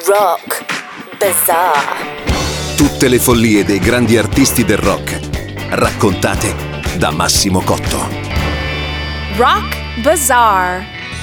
Rock Bazaar. Tutte le follie dei grandi artisti del rock, raccontate da Massimo Cotto. Rock Bazaar.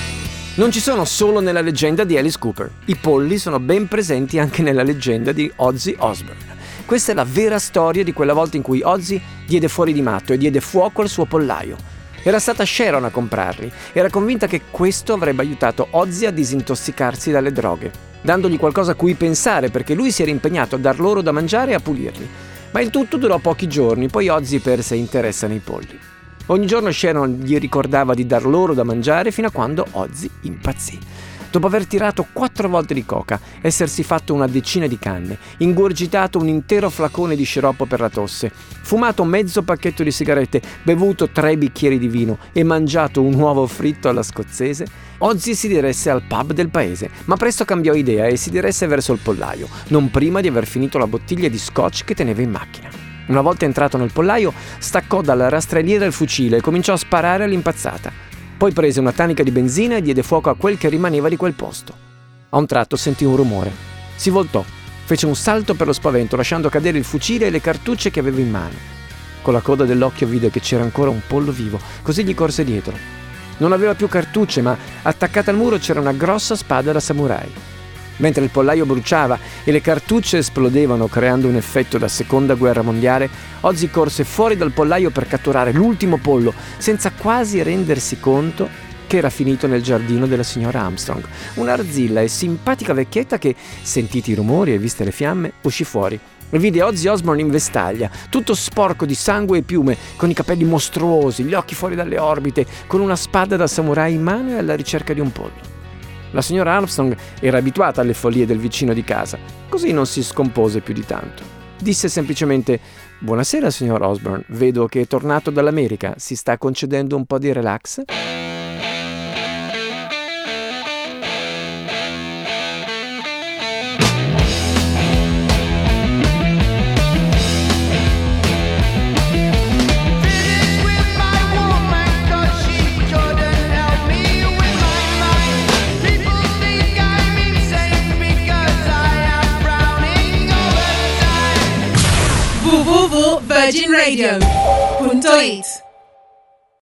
Non ci sono solo nella leggenda di Alice Cooper. I polli sono ben presenti anche nella leggenda di Ozzy Osbourne. Questa è la vera storia di quella volta in cui Ozzy diede fuori di matto e diede fuoco al suo pollaio. Era stata Sharon a comprarli. Era convinta che questo avrebbe aiutato Ozzy a disintossicarsi dalle droghe, dandogli qualcosa a cui pensare perché lui si era impegnato a dar loro da mangiare e a pulirli. Ma il tutto durò pochi giorni, poi Ozzy perse interesse nei polli. Ogni giorno Sharon gli ricordava di dar loro da mangiare fino a quando Ozzy impazzì. Dopo aver tirato 4 volte di coca, essersi fatto una decina di canne, ingurgitato un intero flacone di sciroppo per la tosse, fumato mezzo pacchetto di sigarette, bevuto 3 bicchieri di vino e mangiato un uovo fritto alla scozzese, Ozzy si diresse al pub del paese, ma presto cambiò idea e si diresse verso il pollaio, non prima di aver finito la bottiglia di scotch che teneva in macchina. Una volta entrato nel pollaio, staccò dalla rastrelliera il fucile e cominciò a sparare all'impazzata. Poi prese una tanica di benzina e diede fuoco a quel che rimaneva di quel posto. A un tratto sentì un rumore. Si voltò, fece un salto per lo spavento, lasciando cadere il fucile e le cartucce che aveva in mano. Con la coda dell'occhio vide che c'era ancora un pollo vivo, così gli corse dietro. Non aveva più cartucce, ma attaccata al muro c'era una grossa spada da samurai. Mentre il pollaio bruciava e le cartucce esplodevano creando un effetto da seconda guerra mondiale, Ozzy corse fuori dal pollaio per catturare l'ultimo pollo, senza quasi rendersi conto che era finito nel giardino della signora Armstrong, un'arzilla e simpatica vecchietta che, sentiti i rumori e viste le fiamme, uscì fuori e vide Ozzy Osbourne in vestaglia, tutto sporco di sangue e piume, con i capelli mostruosi, gli occhi fuori dalle orbite, con una spada da samurai in mano e alla ricerca di un pollo. La signora Armstrong era abituata alle follie del vicino di casa, così non si scompose più di tanto. Disse semplicemente: «Buonasera, signor Osbourne, vedo che è tornato dall'America, si sta concedendo un po' di relax?» www.virginradio.it